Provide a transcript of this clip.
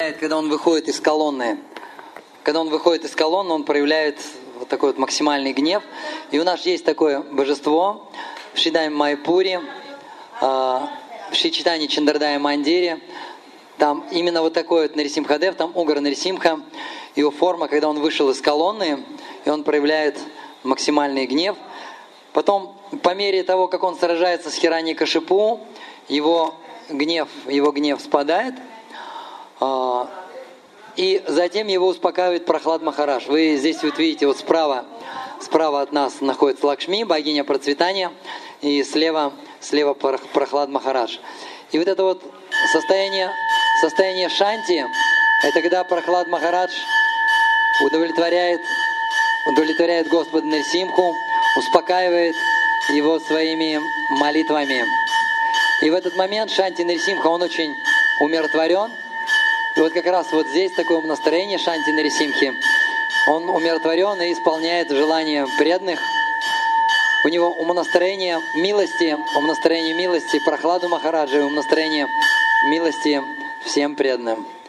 Когда он выходит из колонны. Когда он выходит из колонны, он проявляет вот такой вот максимальный гнев. И у нас есть такое божество в Шри Майпуре, в Шри Чайтанья Чандрадая Мандире. Там именно вот такой вот Нарисимхадев, там Угра Нарисимха, его форма, когда он вышел из колонны, и он проявляет максимальный гнев. Потом, по мере того, как он сражается с Хираньякашипу, его гнев спадает, и затем его успокаивает Прахлад Махарадж. Вы здесь вот видите, вот справа от нас находится Лакшми, богиня процветания, и слева Прахлад Махарадж. И вот это вот состояние шанти, это когда Прахлад Махарадж удовлетворяет Господа Нарисимху, успокаивает его своими молитвами. И в этот момент Шанти Нарисимха, он очень умиротворен. И вот как раз вот здесь такое настроение Шанти Нарисимхи. Он умиротворен и исполняет желания преданных. У него умонастроение милости Прахладу Махараджа, умонастроение милости всем преданным.